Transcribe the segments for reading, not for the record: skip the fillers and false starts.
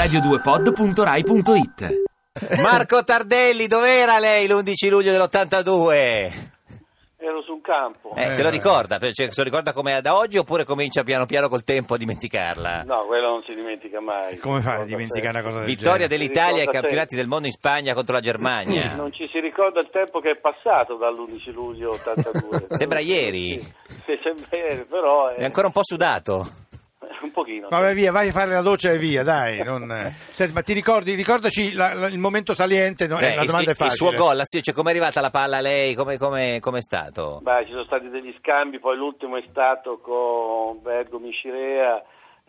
radio2pod.rai.it. Marco Tardelli, dov'era lei l'11 luglio dell'82? Ero sul campo. Se lo ricorda? Cioè, se lo ricorda come da oggi oppure comincia piano piano col tempo a dimenticarla? No, quello non si dimentica mai. Come fai a dimenticare una cosa del Vittoria genere? dell'Italia ai ricorda campionati del mondo in Spagna contro la Germania. Non ci si ricorda il tempo che è passato dall'11 luglio 82. Sembra ieri. Sì, sembra ieri, però È ancora un po' sudato. un pochino. Vabbè, via, vai a fare la doccia e via, dai. Senti, ma ricordaci il momento saliente, no? La domanda è facile. Il suo gol, cioè come è arrivata la palla a lei, come è stato? Beh, ci sono stati degli scambi, poi l'ultimo è stato con Bergomi Scirea,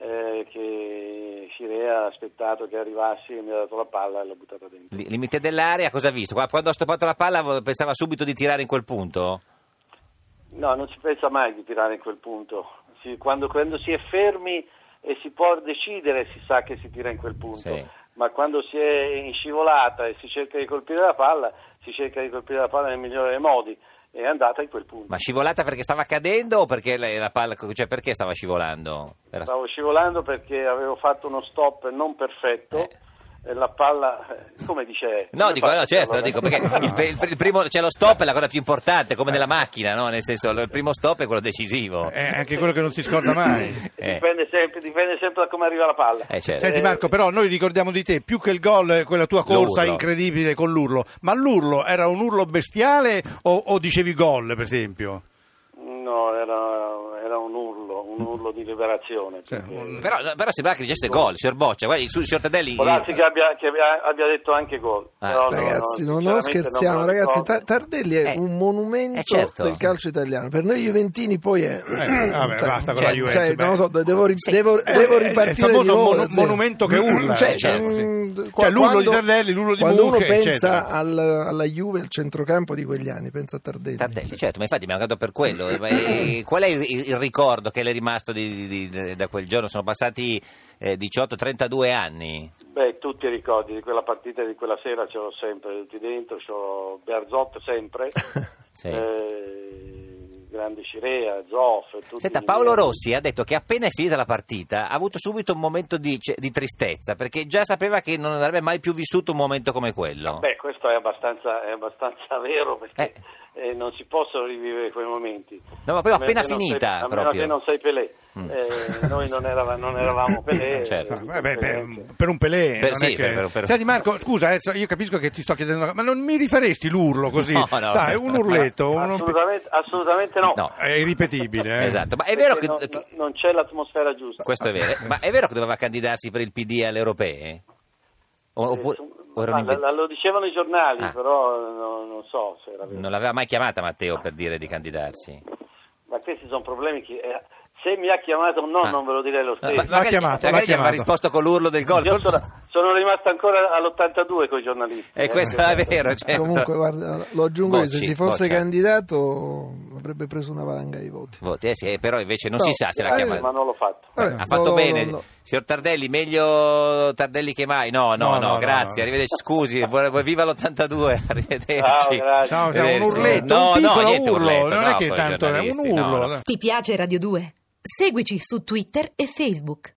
che Scirea ha aspettato che arrivassi, mi ha dato la palla e l'ha buttata dentro. Limite dell'area, cosa ha visto? Quando ha stoppato la palla pensava subito di tirare in quel punto? No, non si pensa mai di tirare in quel punto. Quando si è fermi e si può decidere, si sa che si tira in quel punto. Sì. Ma quando si è in scivolata e si cerca di colpire la palla, si cerca di colpire la palla nel migliore dei modi. È andata in quel punto. Ma scivolata perché stava cadendo o perché la palla, cioè perché stava scivolando? Stavo scivolando perché avevo fatto uno stop non perfetto. E la palla, come dice? No, dico, no, certo, allora? dico perché il primo, cioè lo stop è la cosa più importante, come nella macchina, no? Nel senso, il primo stop è quello decisivo. È anche quello che non si scorda mai. Dipende sempre da come arriva la palla. Certo. Senti Marco, però noi ricordiamo di te più che il gol, quella tua corsa L'urlo. incredibile con l'urlo. Ma l'urlo era un urlo bestiale o dicevi gol, per esempio? No, era un urlo di liberazione. Però sembra che dicesse gol, signor Boccia, guardi, signor Tardelli. Può darsi che abbia detto anche gol. Però Ragazzi, non sinceramente scherziamo, non me lo ragazzi. ricordo. Tardelli è un monumento certo. del calcio italiano. Per noi juventini poi è Vabbè, basta con la Juventus. cioè, non lo so, devo ripartire il famoso di nuovo. monumento che urla. Cioè, certo, Cioè, l'urlo di Tardelli, l'urlo di quando Buche, uno pensa eccetera. alla Juve, al centrocampo di quegli anni, pensa a Tardelli. Tardelli, certo, ma infatti mi hanno dato per quello. Qual è il ricordo che le è rimasto da quel giorno? Sono passati 18-32 anni. Beh, tutti i ricordi di quella partita e di quella sera ce l'ho sempre tutti dentro, c'ho Bearzot sempre, Sì. grande Scirea, Zoff. Senta, Paolo Rossi ha detto che appena è finita la partita ha avuto subito un momento di tristezza, perché già sapeva che non avrebbe mai più vissuto un momento come quello. Beh, questo è abbastanza vero, perché non si possono rivivere quei momenti. No, ma poi A meno appena che non finita, sei, a meno proprio. che non sei Pelé. Noi non eravamo Pelé. Certo. Per un Pelé. Per- non sì, è che... per- Senti Marco, scusa, adesso io capisco che ti sto chiedendo, ma non mi rifaresti l'urlo così? No, Dai, un urletto. Assolutamente no. No. È irripetibile. Esatto, ma è vero Perché che... non c'è l'atmosfera giusta. Questo è vero, ma è vero che doveva candidarsi per il PD alle europee? Oppure... Lo dicevano i giornali, Ah. però non so se era vero. Non l'aveva mai chiamata Matteo per dire di candidarsi? Ma questi sono problemi che... se mi ha chiamato o no, non ve lo direi lo stesso. L'ha chiamato. Magari gli aveva risposto con l'urlo del gol. Io sono rimasto ancora all'82 con i giornalisti. E questo è vero, certo. Comunque, guarda, lo aggiungo io, se Bocci, si fosse Boccia. candidato avrebbe preso una valanga di voti. Sì, però invece non si sa se l'ha chiamato. Ma non l'ho fatto. Ha fatto bene. Signor Tardelli, meglio Tardelli che mai? No, No, grazie, no. arrivederci, scusi, viva l'82, arrivederci. Ciao, grazie. Ciao, un Arrivederci. urletto, No, un no, piccolo niente urlo, urletto, non è no, che coi tanto è un giornalisti, no, urlo. no. Ti piace Radio 2? Seguici su Twitter e Facebook.